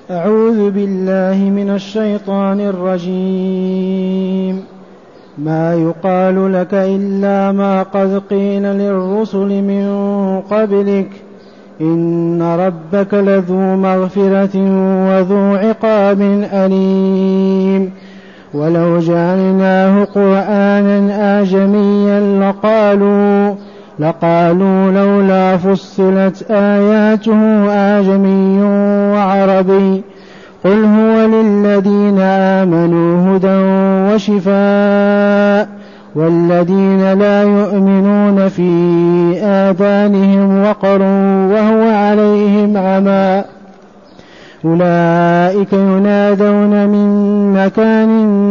أعوذ بالله من الشيطان الرجيم. ما يقال لك إلا ما قد قيل للرسل من قبلك إن ربك لذو مغفرة وذو عقاب أليم. ولو جعلناه قرآنا أعجميا لقالوا لولا فصلت آياته أعجمي وعربي قل هو للذين آمنوا هدى وشفاء والذين لا يؤمنون في آذانهم وقر وهو عليهم عمى أولئك ينادون من مكان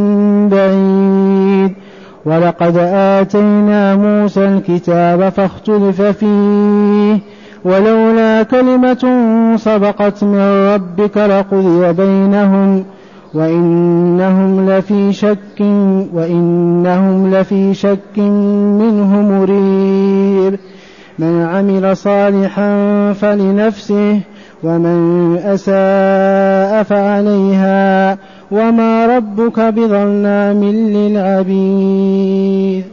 بعيد. ولقد آتينا موسى الكتاب فاختلف فيه ولولا كلمة سبقت من ربك لقضي بينهم وإنهم لفي شك منه مريب. من عمل صالحا فلنفسه ومن أساء فعليها وما ربك بظلام للعبيد.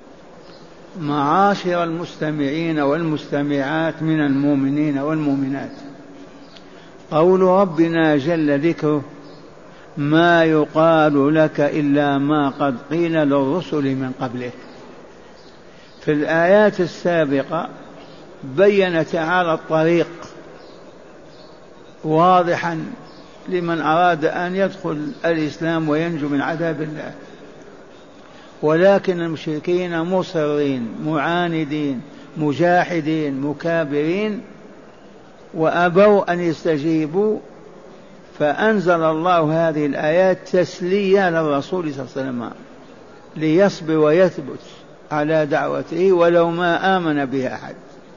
معاشر المستمعين والمستمعات من المؤمنين والمؤمنات، قول ربنا جل ذكره ما يقال لك إلا ما قد قيل للرسل من قبلك. في الآيات السابقة بين تعالى الطريق واضحا لمن أراد أن يدخل الإسلام وينجو من عذاب الله، ولكن المشركين مصرين معاندين مجاحدين مكابرين وأبوا أن يستجيبوا، فأنزل الله هذه الآيات تسلية للرسول صلى الله عليه وسلم ليصبر ويثبت على دعوته ولو ما آمن بها أحد.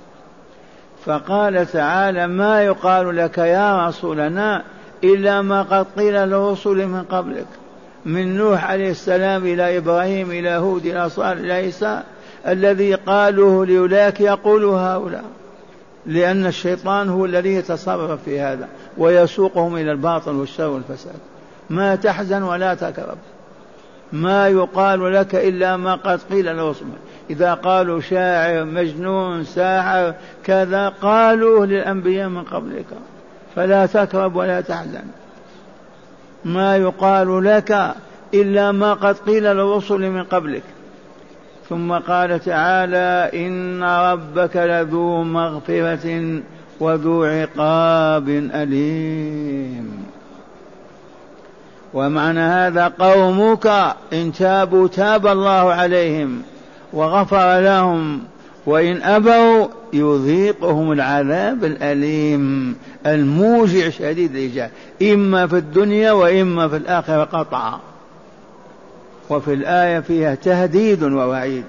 فقال تعالى ما يقال لك يا رسولنا إلا ما قد قيل للرسل من قبلك، من نوح عليه السلام إلى إبراهيم إلى هود إلى صالح إلى عيسى، الذي قالوه لأولئك يقول هؤلاء، لأن الشيطان هو الذي يتصرف في هذا ويسوقهم إلى الباطل والشر والفساد. ما تحزن ولا تكرب، ما يقال لك إلا ما قد قيل للرسل. إذا قالوا شاعر مجنون ساحر كذا قالوه للأنبياء من قبلك، فلا تكرب ولا تحزن. ما يقال لك إلا ما قد قيل للرسل من قبلك. ثم قال تعالى إن ربك لذو مغفرة وذو عقاب أليم. ومعنى هذا قومك إن تابوا تاب الله عليهم وغفر لهم، وإن أبوا يذيقهم العذاب الأليم الموجع شديد الإيجاع، إما في الدنيا وإما في الآخرة قطعا. وفي الآية فيها تهديد ووعيد.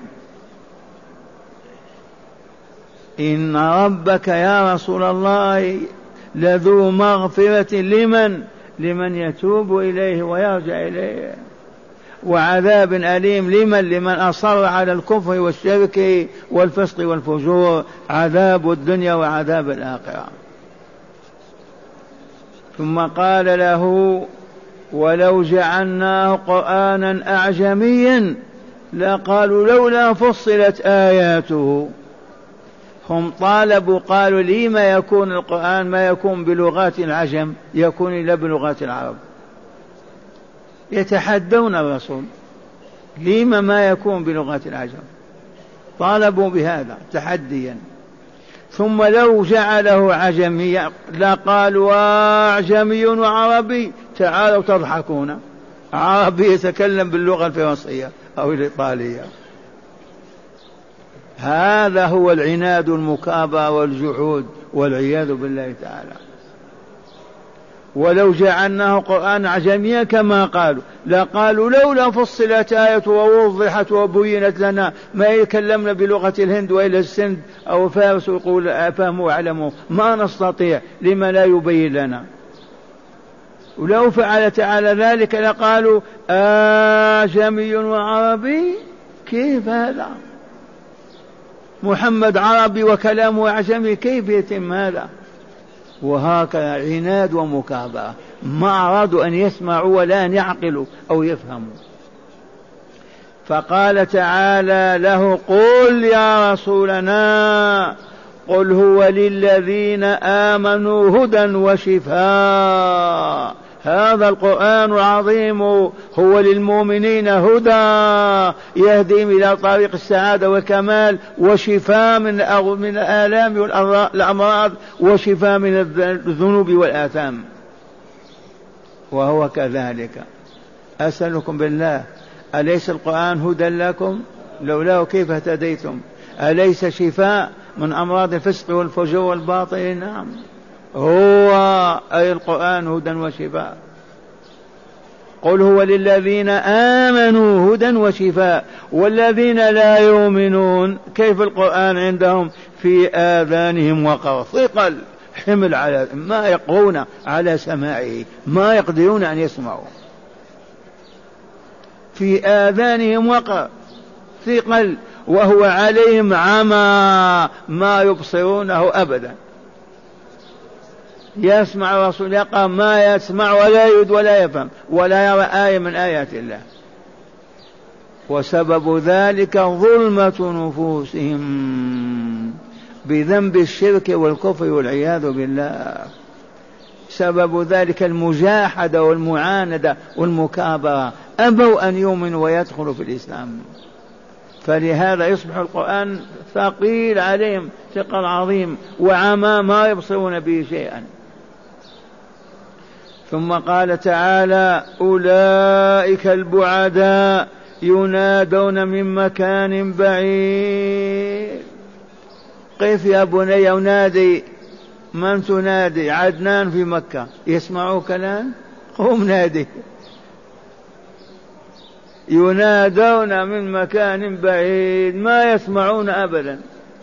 إن ربك يا رسول الله لذو مغفرة لمن يتوب إليه ويرجع إليه، وعذاب أليم لمن أصر على الكفر والشرك والفسق والفجور، عذاب الدنيا وعذاب الآخرة. ثم قال له ولو جعلناه قرآنا أعجميا لقالوا لولا فصلت آياته. هم طالبوا قالوا لي ما يكون القرآن ما يكون بلغات العجم يكون إلا بلغات العرب، يتحدون الرسول لما ما يكون بلغات العجم، طالبوا بهذا تحديا. ثم لو جعله عجميا لقالوا أعجمي وعربي تعالوا تضحكون، عربي يتكلم باللغة الفرنسية أو الإيطالية. هذا هو العناد المكابرة والجحود والعياذ بالله تعالى. ولو جعلناه قرآن عجميا كما قالوا لقالوا لولا فصلت آية ووضحت وبينت لنا، ما يكلمنا بلغة الهند وإلى السند أو فارس ويقول أفهموا وعلموا، ما نستطيع، لما لا يبين لنا؟ ولو فعل تعالى ذلك لقالوا أعجمي وعربي، كيف هذا؟ محمد عربي وكلامه أعجمي، كيف يتم هذا؟ وهكذا عناد ومكابرة، ما أرادوا أن يسمعوا ولا أن يعقلوا أو يفهموا. فقال تعالى له: قل يا رسولنا قل هو للذين آمنوا هدى وشفاء. هذا القرآن العظيم هو للمؤمنين هدى يهديهم إلى طريق السعادة والكمال، وشفاء من الآلام والأمراض، وشفاء من الذنوب والآثام. وهو كذلك. أسألكم بالله، أليس القرآن هدى لكم؟ لولاه كيف اهتديتم؟ أليس شفاء من أمراض الفسق والفجور والباطل؟ نعم، هو أي القرآن هدى وشفاء. قل هو للذين آمنوا هدى وشفاء، والذين لا يؤمنون كيف القرآن عندهم؟ في آذانهم وقر، ثقل، حمل على ما يقرون على سماعه، ما يقدرون أن يسمعوا. في آذانهم وقر، ثقل، وهو عليهم عمى، ما يبصرونه أبدا. يسمع الرسول يقرأ ما يسمع ولا يد ولا يفهم ولا يرى آية من آيات الله. وسبب ذلك ظلمة نفوسهم بذنب الشرك والكفر والعياذ بالله. سبب ذلك المجاحدة والمعاندة والمكابرة، أبوا أن يؤمنوا ويدخلوا في الإسلام. فلهذا يصبح القرآن ثقيل عليهم ثقل عظيم، وعمى ما يبصرون به شيئا. ثم قال تعالى: أولئك البعداء ينادون من مكان بعيد. قف يا بني ينادي، من تنادي؟ عدنان في مكة، يسمعوك الآن؟ قوم نادي. ينادون من مكان بعيد، ما يسمعون أبدا،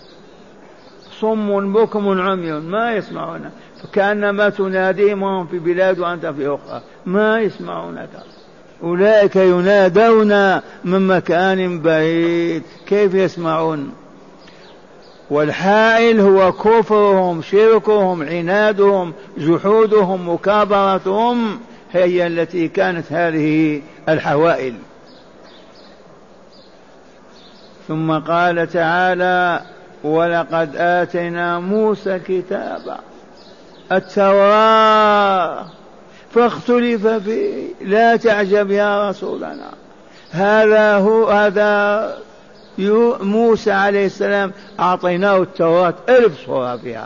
صم بكم عمي ما يسمعون، فكأنما تناديهم وهم في بلاد وأنت في أخرى، ما يسمعونك. أولئك ينادون من مكان بعيد، كيف يسمعون؟ والحائل هو كفرهم، شركهم، عنادهم، جحودهم، مكابرتهم، هي التي كانت هذه الحوائل. ثم قال تعالى: ولقد آتينا موسى كتابا التوراة فاختلف فيه. لا تعجب يا رسولنا، هذا موسى عليه السلام أعطيناه التوراة 1000 صورة فيها،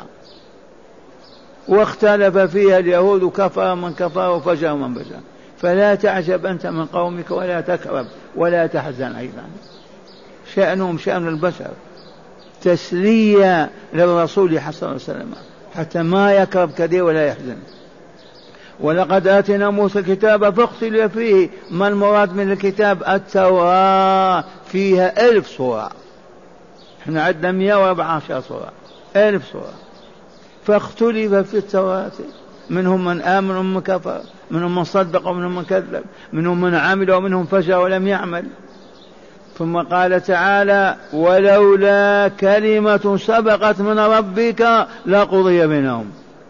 واختلف فيها اليهود، كفر من كفر وفجر من فجر. فلا تعجب أنت من قومك ولا تكرب ولا تحزن. أيضا شأنهم شأن البشر، تسلية للرسول صلى الله عليه وسلم حتى ما يكرب كثير ولا يحزن. ولقد آتينا موسى الكتاب فاختلف فيه. ما المراد من الكتاب؟ التوراة، فيها 1000 صورة، احنا عندنا 114 صورة، 1000 صورة. فاختلف في التوراة، منهم من آمن ومنهم من كفر، منهم من صدق ومنهم من كذب، منهم من عمل ومنهم فجر ولم يعمل. ثم قال تعالى: ولولا كلمة سبقت من ربك لقضي بينهم.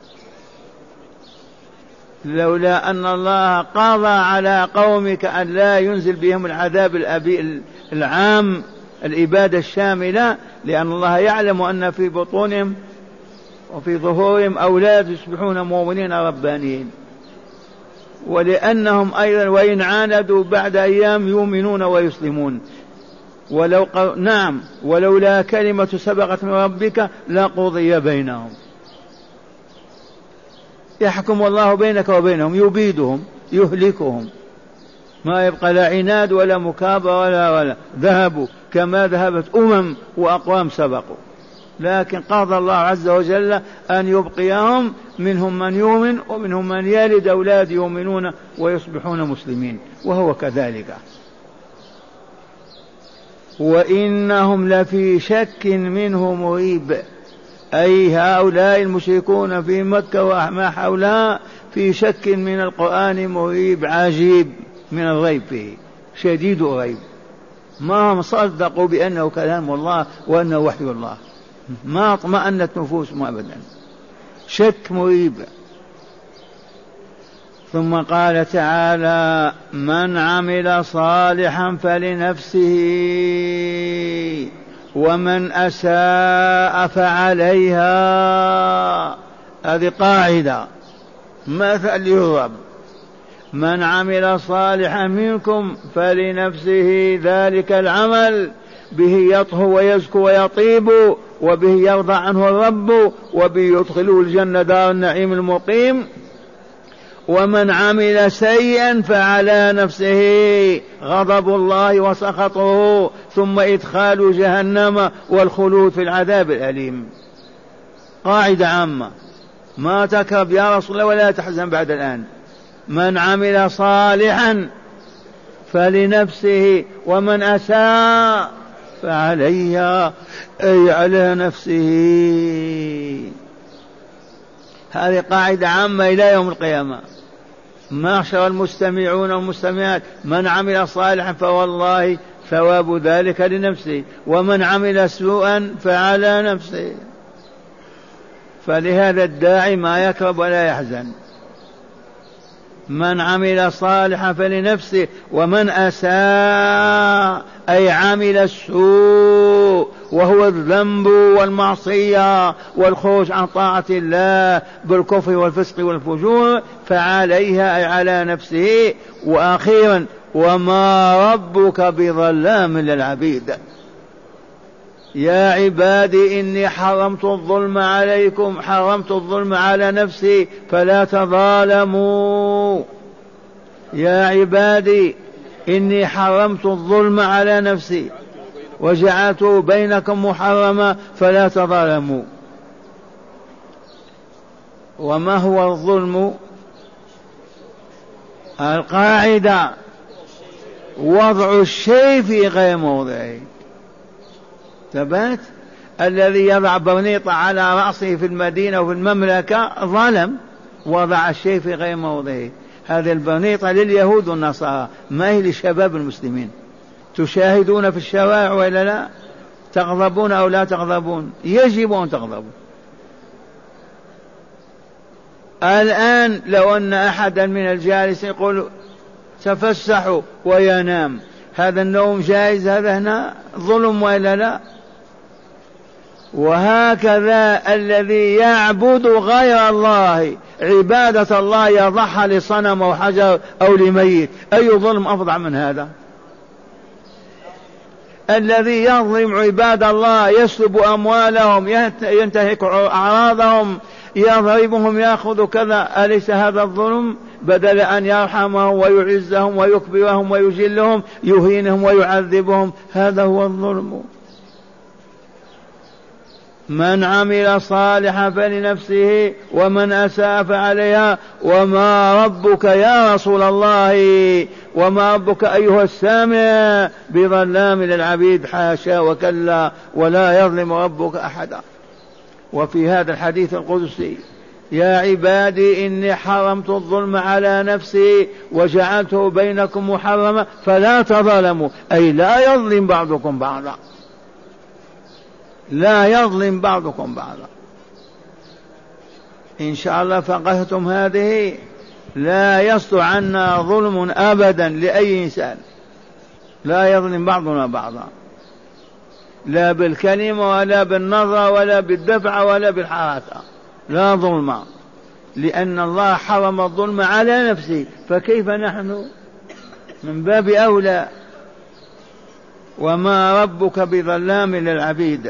لولا أن الله قضى على قومك أن لا ينزل بهم العذاب العام، الإبادة الشاملة، لأن الله يعلم أن في بطونهم وفي ظهورهم أولاد يصبحون مؤمنين ربانيين، ولأنهم أيضا وإن عاندوا بعد أيام يؤمنون ويسلمون. ولولا كلمة سبقت من ربك لقضي بينهم. يحكم الله بينك وبينهم، يبيدهم، يهلكهم، ما يبقى لا عناد ولا مكابرة ولا ذهبوا كما ذهبت وأقوام سبقوا. لكن قضى الله عز وجل أن يبقيهم، منهم من يؤمن ومنهم من يلد أولاد يؤمنون ويصبحون مسلمين، وهو كذلك. وإنهم لفي شك منه مريب، أي هؤلاء المشركون في مكة وما حولها في شك من القرآن مريب، عجيب من الريب فيه، شديد الريب. ما هم صدقوا بأنه كلام الله وأنه وحي الله، ما اطمأنت نفوسهم أبدا. شك مريب. ثم قال تعالى من عمل صالحا فلنفسه ومن أساء فعليها. هذه قاعدة مثل يضرب. من عمل صالحا منكم فلنفسه ذلك العمل به يطهو ويزكو ويطيب وبه يرضى عنه الرب وبه يدخله الجنة دار النعيم المقيم. ومن عمل سيئا فعلى نفسه غضب الله وسخطه ثم إدخال جهنم والخلود في العذاب الأليم. قاعدة عامة ما تكرب يا رسول الله ولا تحزن بعد الآن. من عمل صالحا فلنفسه ومن أساء فعليها أي على نفسه. هذه قاعدة عامة إلى يوم القيامة. معشر المستمعون والمستمعات من عمل صالحا فوالله ثواب ذلك لنفسه ومن عمل سوءا فعلى نفسه. فلهذا الداعي ما يكرب ولا يحزن. من عمل صالحا فلنفسه ومن أساء أي عمل السوء وهو الذنب والمعصية والخروج عن طاعة الله بالكفر والفسق والفجور فعليها أي على نفسه. وأخيرا وما ربك بظلام للعبيد. يا عبادي إني حرمت الظلم عليكم حرمت الظلم على نفسي فلا تظالموا. يا عبادي إني حرمت الظلم على نفسي وجعلته بينكم محرما فلا تظالموا. وما هو الظلم؟ القاعدة وضع الشيء في غير موضعه. ثبات. الذي يضع برنيطة على رأسه في المدينة وفي المملكة ظلم وضع الشيء في غير موضعه. هذه البرنيطة لليهود والنصارى ما هي لشباب المسلمين. تشاهدون في الشوارع وإلا لا؟ تغضبون أو لا تغضبون؟ يجب أن تغضبوا. الآن لو أن أحدا من الجالسين يقول تفسحوا وينام هذا النوم جائز؟ هذا هنا ظلم وإلا لا؟ وهكذا الذي يعبد غير الله عبادة الله يضحى لصنم أو حجر أو لميت أي ظلم أفظع من هذا؟ الذي يظلم عباد الله يسلب أموالهم ينتهك أعراضهم يضربهم يأخذ كذا أليس هذا الظلم؟ بدل أن يرحمهم ويعزهم ويكبرهم ويجلهم يهينهم ويعذبهم. هذا هو الظلم. من عمل صالحا فلنفسه ومن أساء فعليها وما ربك يا رسول الله وما ربك أيها السامع بظلام للعبيد. حاشا وكلا ولا يظلم ربك أحدا. وفي هذا الحديث القدسي يا عبادي إني حرمت الظلم على نفسي وجعلته بينكم محرما فلا تظلموا أي لا يظلم بعضكم بعضا. لا يظلم بعضكم بعضا. إن شاء الله فقهتم هذه. لا يصدر عنا ظلم أبدا لأي إنسان. لا يظلم بعضنا بعضا لا بالكلمة ولا بالنظرة ولا بالدفع ولا بالحركة. لا ظلم لأن الله حرم الظلم على نفسه فكيف نحن من باب أولى. وما ربك بظلام للعبيد.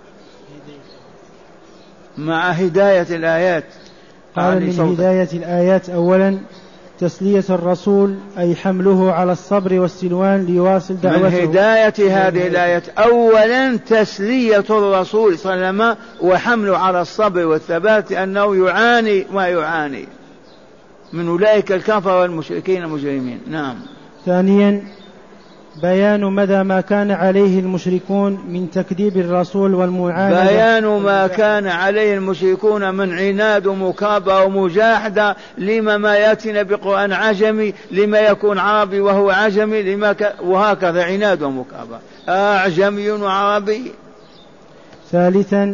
مع هداية الآيات. قال من هداية الآيات أولا تسلية الرسول أي حمله على الصبر والسلوان ليواصل دعوته. من هداية هذه الآية أولا تسلية الرسول صلى الله عليه وسلم وحمله على الصبر والثبات أنه يعاني ما يعاني من أولئك الكفر والمشركين المجرمين. نعم. ثانيا بيان مدى ما كان عليه المشركون من تكذيب الرسول والمعاندة. بيان ما كان عليه المشركون من عناد ومكابرة ومجاحدة. لما ما يأتينا بقرآن عجمي لما يكون عربي وهو عجمي وهكذا عناد ومكابرة أعجمي وعربي. ثالثا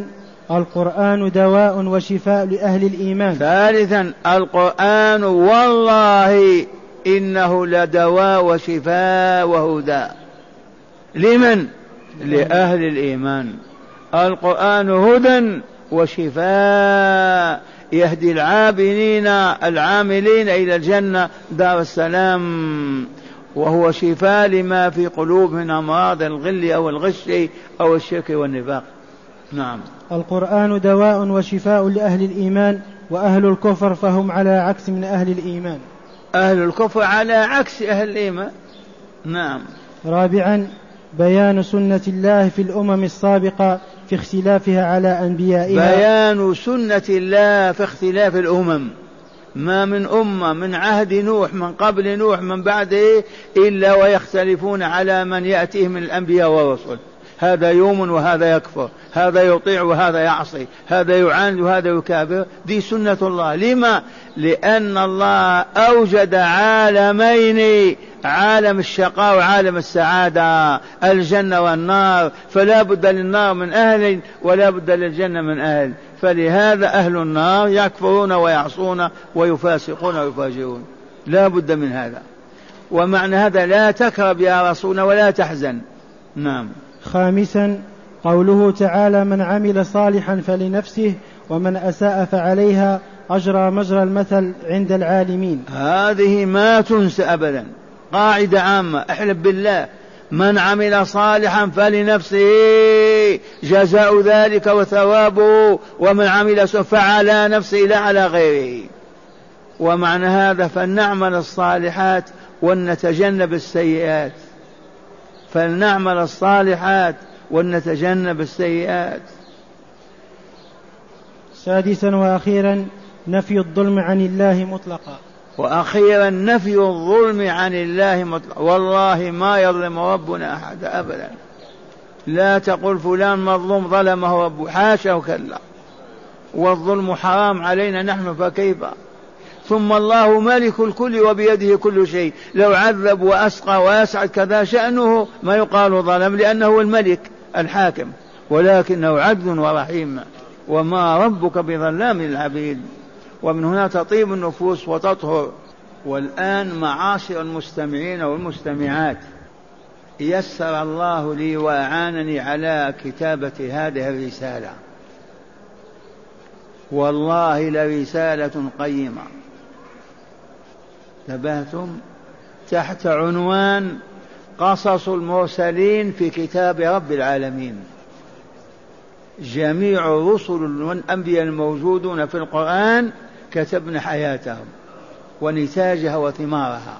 القرآن دواء وشفاء لأهل الإيمان. ثالثا القرآن والله إنه لدواء وشفاء وهدى. لمن؟ لأهل الإيمان. القرآن هدى وشفاء يهدي العاملين إلى الجنة دار السلام، وهو شفاء لما في قلوب من أمراض الغل أو الغش أو الشرك والنفاق. نعم. القرآن دواء وشفاء لأهل الإيمان، وأهل الكفر فهم على عكس من أهل الإيمان. أهل الكفر على عكس أهل الإيمان. نعم. رابعا بيان سنة الله في الأمم السابقة في اختلافها على أنبيائها. بيان سنة الله في اختلاف الأمم، ما من أمة من عهد نوح من قبل نوح من بعده إلا ويختلفون على من يأتيه من الأنبياء والرسل. هذا يؤمن وهذا يكفر، هذا يطيع وهذا يعصي، هذا يعاند وهذا يكابر. دي سنة الله. لما؟ لأن الله أوجد عالمين، عالم الشقاء وعالم السعادة، الجنة والنار، فلا بد للنار من أهل ولا بد للجنة من أهل. فلهذا أهل النار يكفرون ويعصون ويفاسقون ويفاجرون، لا بد من هذا. ومعنى هذا لا تكرب يا رسول ولا تحزن. نعم. خامسا قوله تعالى من عمل صالحا فلنفسه ومن أساء فعليها أجرى مجرى المثل عند العالمين. هذه ما تنسى أبدا، قاعدة عامة، احلف بالله، من عمل صالحا فلنفسه جزاء ذلك وثوابه، ومن عمل سوء فعلى نفسه لا على غيره. ومعنى هذا فلنعمل الصالحات ونتجنب السيئات، فلنعمل الصالحات ونتجنب السيئات. سادسا وأخيرا نفي الظلم عن الله مطلقا. وأخيرا نفي الظلم عن الله مطلقا. والله ما يظلم ربنا أحد أبدا. لا تقل فلان مظلوم ظلمه ربه، حاشا وكلا، والظلم حرام علينا نحن فكيف؟ ثم الله مالك الكل وبيده كل شيء، لو عذب وأسقى ويسعد كذا شأنه ما يقال ظلم، لأنه هو الملك الحاكم، ولكنه عدل ورحيم، وما ربك بظلام للعبيد. ومن هنا تطيب النفوس وتطهر. والآن معاشر المستمعين والمستمعات، يسر الله لي وأعانني على كتابة هذه الرسالة، والله لرسالة قيمة. تبهتم تحت عنوان قصص المرسلين في كتاب رب العالمين. جميع الرسل والأنبياء الموجودون في القرآن كتبنا حياتهم ونتاجها وثمارها.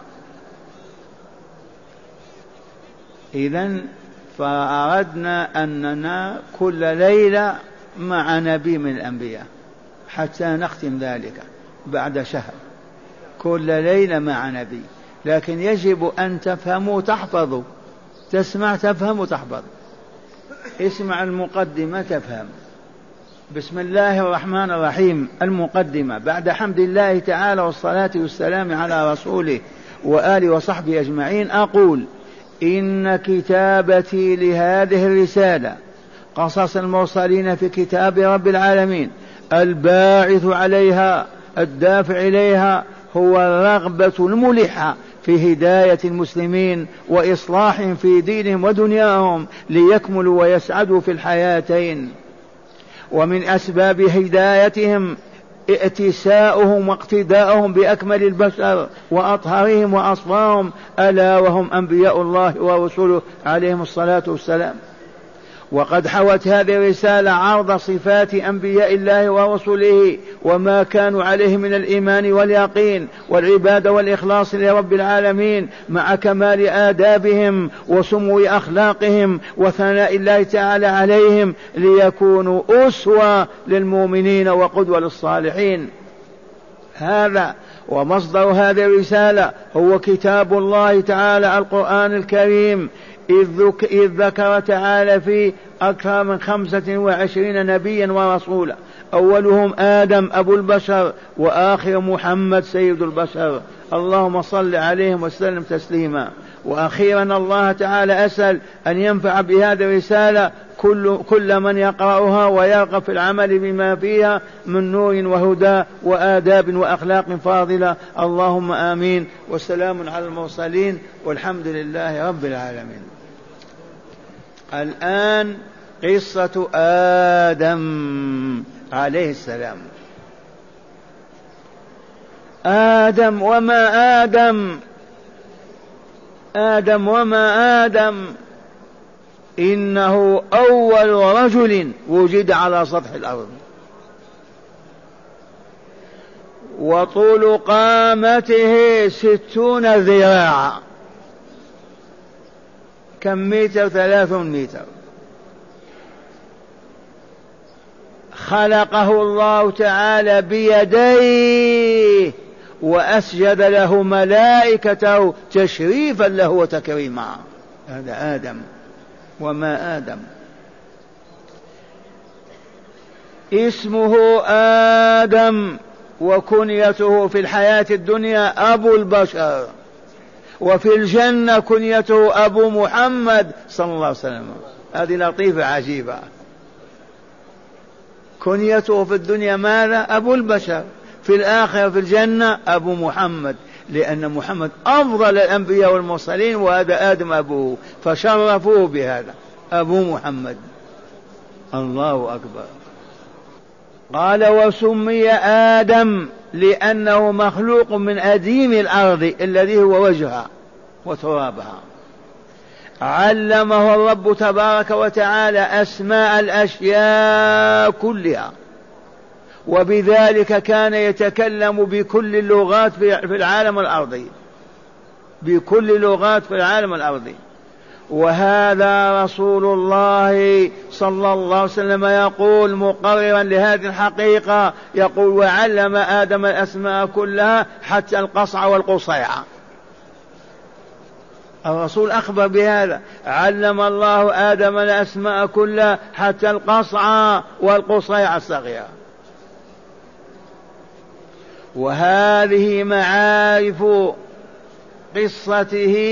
إذن فأردنا أننا كل ليلة مع نبي من الأنبياء حتى نختم ذلك بعد شهر، كل ليلة مع نبي. لكن يجب أن تفهموا تحفظوا، تسمع تفهم وتحفظ. اسمع المقدمة تفهم. بسم الله الرحمن الرحيم. المقدمة بعد حمد الله تعالى والصلاة والسلام على رسوله وآله وصحبه أجمعين. أقول إن كتابتي لهذه الرسالة قصص المرسلين في كتاب رب العالمين الباعث عليها الدافع إليها هو الرغبة الملحة في هداية المسلمين وإصلاحهم في دينهم ودنياهم ليكملوا ويسعدوا في الحياتين. ومن أسباب هدايتهم ائتساؤهم واقتداؤهم بأكمل البشر وأطهرهم وأصفاهم، ألا وهم أنبياء الله ورسوله عليهم الصلاة والسلام. وقد حوت هذه الرسالة عرض صفات أنبياء الله ورسله وما كانوا عليه من الإيمان واليقين والعبادة والإخلاص لرب العالمين، مع كمال آدابهم وسمو أخلاقهم وثناء الله تعالى عليهم، ليكونوا أسوة للمؤمنين وقدوة للصالحين. هذا ومصدر هذه الرسالة هو كتاب الله تعالى القرآن الكريم، إذ ذكر تعالى في أكثر من 25 نبيا ورسولا، أولهم آدم أبو البشر وآخر محمد سيد البشر، اللهم صل عليهم وسلم تسليما. وأخيرا الله تعالى أسأل أن ينفع بهذه الرسالة كل من يقرأها ويرغب في العمل بما فيها من نور وهدى وآداب وأخلاق فاضلة. اللهم آمين. والسلام على المرسلين والحمد لله رب العالمين. الآن قصة آدم عليه السلام. آدم وما آدم، آدم وما آدم، إنه أول رجل وجد على سطح الأرض، وطول قامته 60 ذراعا. كم متر؟ 3 متر. خلقه الله تعالى بيديه وأسجد له ملائكته تشريفا له وتكريما. هذا آدم وما آدم. اسمه آدم وكنيته في الحياة الدنيا أبو البشر، وفي الجنة كنيته أبو محمد صلى الله عليه وسلم. هذه لطيفة عجيبة. كنيته في الدنيا ماذا؟ أبو البشر، في الآخرة في الجنة أبو محمد، لأن محمد أفضل الأنبياء والمرسلين وهذا آدم أبوه، فشرفوه بهذا أبو محمد. الله أكبر. قال وسمي آدم لأنه مخلوق من أديم الأرض الذي هو وجهها وترابها. علمه الرب تبارك وتعالى أسماء الأشياء كلها، وبذلك كان يتكلم بكل اللغات في العالم الأرضي، بكل اللغات في العالم الأرضي. وهذا رسول الله صلى الله عليه وسلم يقول مقررا لهذه الحقيقة، يقول وعلم آدم الأسماء كلها حتى القصع والقصيعة. الرسول أخبر بهذا، علم الله آدم الأسماء كلها حتى القصع والقصيعة الصغيرة. وهذه معارف قصته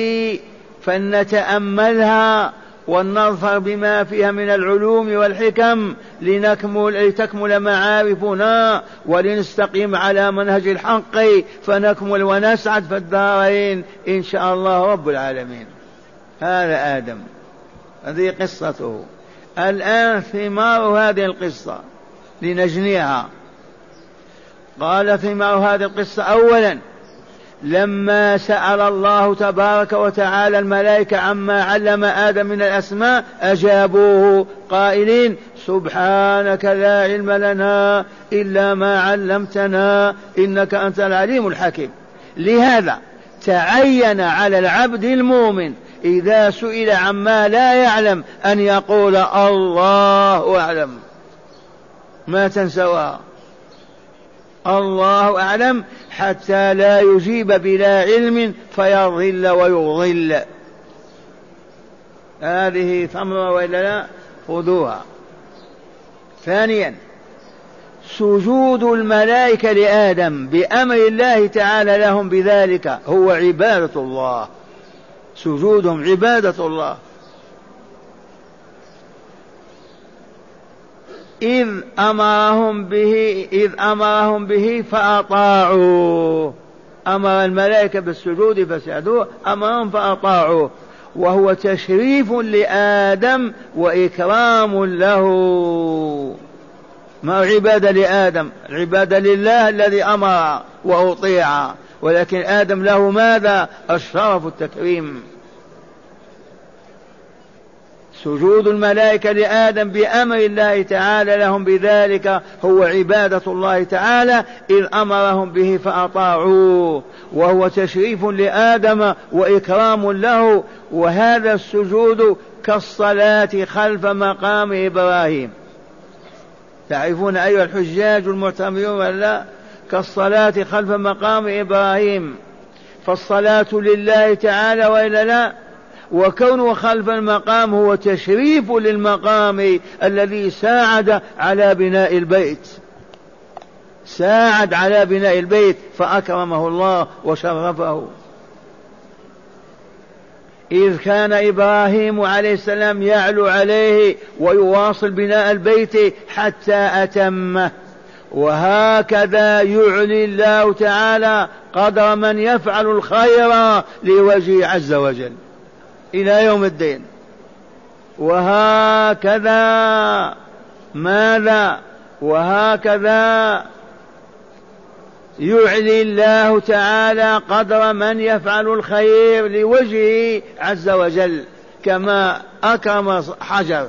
فلنتأملها ونظفر بما فيها من العلوم والحكم لتكمل معارفنا ولنستقيم على منهج الحق فنكمل ونسعد في الدارين إن شاء الله رب العالمين. هذا آدم، هذه قصته. الآن ثمار هذه القصة لنجنيها. قال ثمار هذه القصة: أولا لما سأل الله تبارك وتعالى الملائكة عما علم آدم من الأسماء أجابوه قائلين: سبحانك لا علم لنا إلا ما علمتنا إنك أنت العليم الحكيم. لهذا تعين على العبد المؤمن إذا سئل عما لا يعلم أن يقول الله أعلم، ما تنسوها، الله أعلم، حتى لا يجيب بلا علم فيضل ويضل. هذه ثمرة وإلا لا؟ خذوها. ثانيا سجود الملائكة لآدم بأمر الله تعالى لهم بذلك هو عبادة الله، سجودهم عبادة الله. إذ أمرهم به فأطاعوه، أمر الملائكة بالسجود فسجدوا، أمرهم فأطاعوه، وهو تشريف لآدم وإكرام له. ما عبادة لآدم، عبادة لله الذي أمر وأطيع، ولكن آدم له ماذا؟ الشرف التكريم. سجود الملائكة لآدم بأمر الله تعالى لهم بذلك هو عبادة الله تعالى، إذ أمرهم به فأطاعوه، وهو تشريف لآدم وإكرام له. وهذا السجود كالصلاة خلف مقام إبراهيم. تعرفون أيها الحجاج المعتمرون ولا؟ كالصلاة خلف مقام إبراهيم، فالصلاة لله تعالى وإلا لا؟ وكونه خلف المقام هو تشريف للمقام الذي ساعد على بناء البيت، ساعد على بناء البيت فأكرمه الله وشرفه. إذ كان إبراهيم عليه السلام يعلو عليه ويواصل بناء البيت حتى أتمه، وهكذا يعلي الله تعالى قدر من يفعل الخير لوجهه عز وجل إلى يوم الدين. وهكذا ماذا؟ وهكذا يعلي الله تعالى قدر من يفعل الخير لوجهه عز وجل كما أكرم حجر.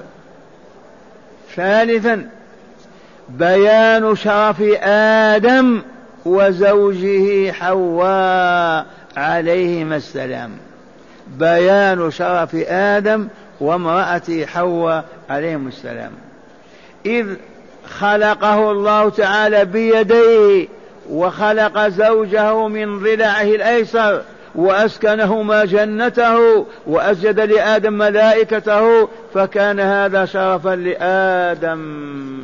ثالثا بيان شرف آدم وزوجه حواء عليهما السلام، بيان شرف آدم وامرأته حواء عليهم السلام، إذ خلقه الله تعالى بيديه وخلق زوجه من ضلعه الأيسر وأسكنهما جنته وأسجد لآدم ملائكته، فكان هذا شرفا لآدم،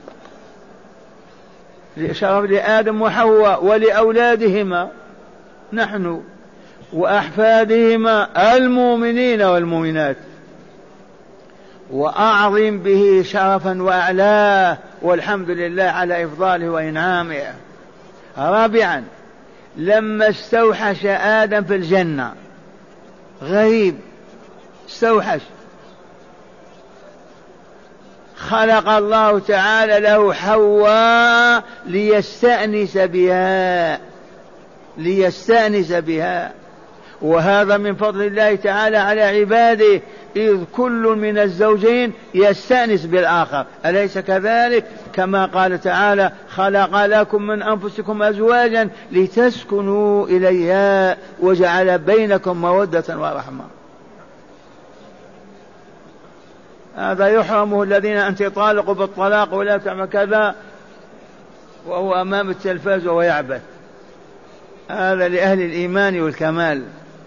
شرف لآدم وحواء ولأولادهما نحن وأحفادهما المؤمنين والمؤمنات، وأعظم به شرفا وأعلاه، والحمد لله على إفضاله وإنعامه. رابعا لما استوحش آدم في الجنة، غريب استوحش، خلق الله تعالى له حواء ليستأنس بها، وهذا من فضل الله تعالى على عباده، إذ كل من الزوجين يستأنس بالآخر، أليس كذلك؟ كما قال تعالى خلق لكم من أنفسكم أزواجا لتسكنوا إليها وجعل بينكم مودة ورحمة. هذا يحرمه الذين أنت طالقوا بالطلاق ولا تعمل كذا وهو أمام التلفاز وهو يعبث، هذا لأهل الإيمان والكمال.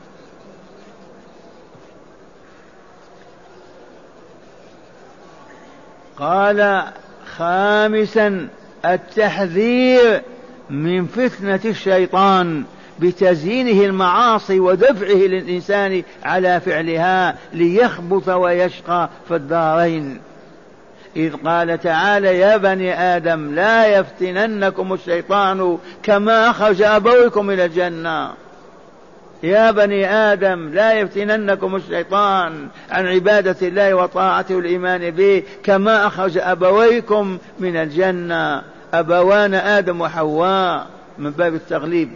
قال خامسا التحذير من فتنة الشيطان بتزيينه المعاصي ودفعه للإنسان على فعلها ليخبث ويشقى في الدارين، إذ قال تعالى يا بني آدم لا يفتننكم الشيطان كما أخرج أبويكم من الجنة، يا بني آدم لا يفتننكم الشيطان عن عبادة الله وطاعته والإيمان به كما أخرج أبويكم من الجنة، أبوان آدم وحواء من باب التغليب.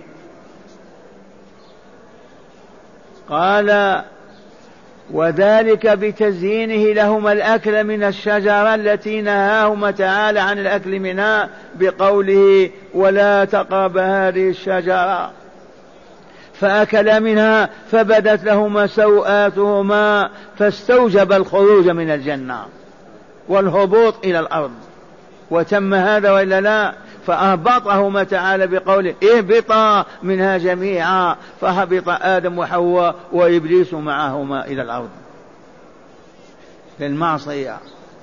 قال وذلك بتزيينه لهما الأكل من الشجرة التي نهاهما تعالى عن الأكل منها بقوله ولا تقرب هذه الشجرة، فأكلا منها فبدت لهما سوآتهما فاستوجب الخروج من الجنة والهبوط إلى الأرض، وتم هذا وإلا لا؟ فأهبطهما تعالى بقوله اهبطا منها جميعا، فهبط آدم وحواء وإبليس معهما إلى الأرض في المعصية.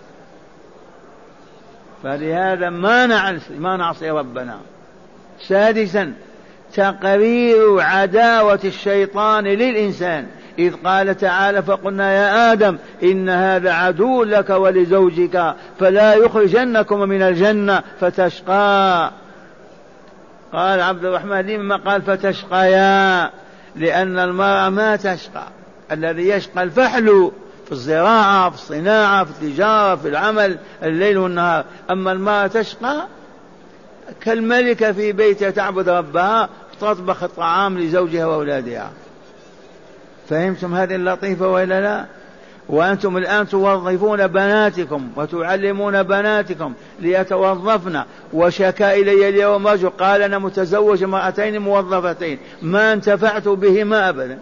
فلهذا ما نعصي ربنا. سادسا تقرير عداوة الشيطان للإنسان، إذ قال تعالى فقلنا يا آدم إن هذا عدو لك ولزوجك فلا يخرجنكم من الجنة فتشقى. قال عبد الرحمن لما قال فتشقيا؟ لأن المرأة ما تشقى، الذي يشقى الفحل في الزراعة في الصناعة في التجارة في العمل الليل والنهار، أما المرأة تشقى كالملكة في بيتها تعبد ربها تطبخ الطعام لزوجها وأولادها. فهمتم هذه اللطيفة وإلا لا؟ وأنتم الآن توظفون بناتكم وتعلمون بناتكم ليتوظفن، وشكا إلي اليوم رجل قال أنا متزوج امرأتين موظفتين ما انتفعت بهما أبدا.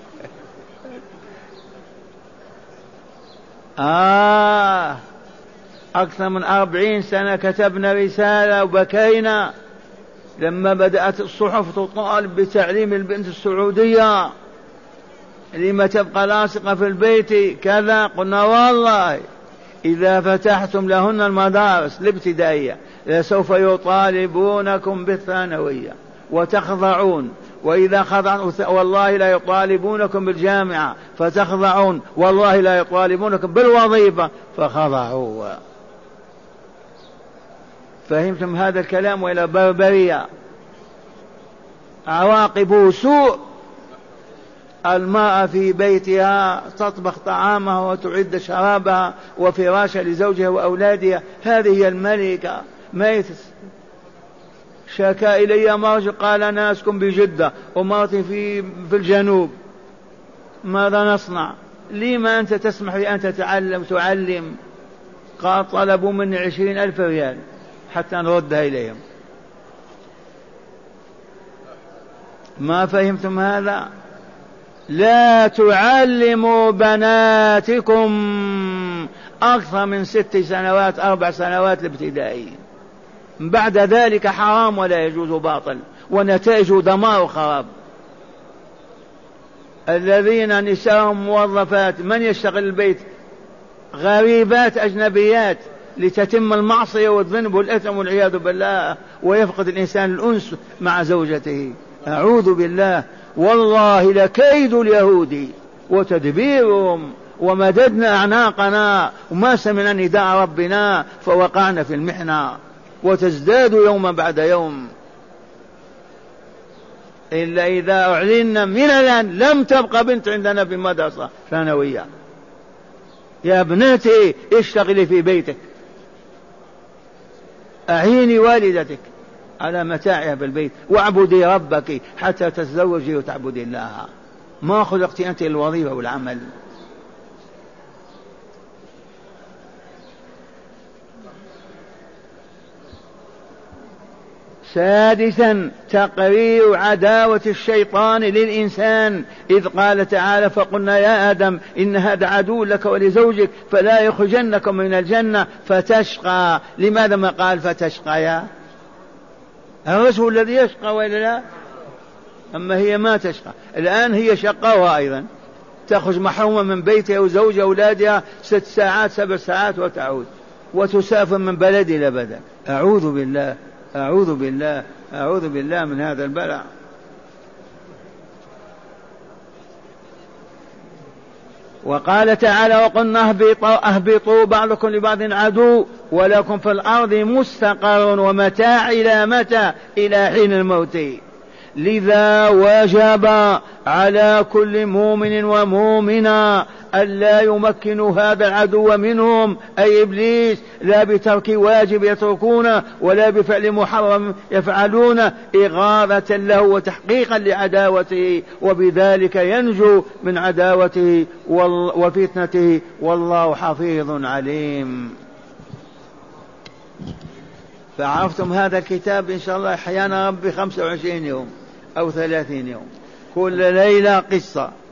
أكثر من 40 سنة كتبنا رسالة وبكينا لما بدأت الصحف تطالب بتعليم البنت السعودية لما تبقى لاصقة في البيت كذا. قلنا والله إذا فتحتم لهن المدارس الابتدائية لسوف يطالبونكم بالثانوية وتخضعون وإذا خضعوا والله لا يطالبونكم بالجامعة فتخضعون، والله لا يطالبونكم بالوظيفة فخضعوا. فهمتم هذا الكلام؟ وإلى بربرية عواقبه سوء. المرأة في بيتها تطبخ طعامها وتعد شرابها وفراشها لزوجها وأولادها، هذه هي الملكة. ما شكا إلي مرج قال أنا أسكن بجدة ومرتي في الجنوب، ماذا نصنع؟ لما أنت تسمح لي أن تعلم؟ قال طلبوا مني 20,000 ريال حتى نردها إليهم. ما فهمتم هذا؟ لا تعلموا بناتكم أكثر من 6 سنوات 4 سنوات الابتدائي، بعد ذلك حرام ولا يجوز، باطل ونتائجه دمار وخراب. الذين نساءهم موظفات، من يشتغل البيت؟ غريبات أجنبيات لتتم المعصية والذنب والإثم والعياذ بالله، ويفقد الإنسان الأنس مع زوجته. أعوذ بالله. والله لكيد اليهود وتدبيرهم، ومددنا أعناقنا وما سمعنا نداء ربنا فوقعنا في المحنة، وتزداد يوما بعد يوم. إلا إذا أعلنا من الآن لم تبقى بنت عندنا في مدرسة ثانوية. يا ابنتي اشتغلي في بيتك، أعيني والدتك على متاعها بالبيت، واعبدي ربك حتى تتزوجي وتعبدي الله. ما خلقت أنت للوظيفة والعمل. سادسا تقرير عداوة الشيطان للإنسان، إذ قال تعالى فقلنا يا آدم إن هذا عدو لك ولزوجك فلا يخرجنكم من الجنة فتشقى. لماذا ما قال فتشقى؟ يا الرجل الذي يشقى وإلا لا؟ أما هي ما تشقى. الآن هي شقاوة أيضا، تخرج محرومة من بيتها وزوجها وأولادها 6 ساعات 7 ساعات وتعود، وتسافر من بلد إلى بلد. أعوذ بالله أعوذ بالله أعوذ بالله من هذا البلاء. وقال تعالى وقلنا اهبطوا بعضكم لبعض عدو ولكم في الأرض مستقر ومتاع إلى متى؟ إلى حين الموت. لذا وجب على كل مؤمن ومؤمنة ألا يمكنوا هذا العدو منهم أي إبليس، لا بترك واجب يتركونه ولا بفعل محرم يفعلونه، إغاظة له وتحقيقا لعداوته، وبذلك ينجو من عداوته وفتنته، والله حفيظ عليم. فعرفتم هذا الكتاب إن شاء الله أحيانا ربي 25 يوم أو 30 يوم، كل ليلة قصة.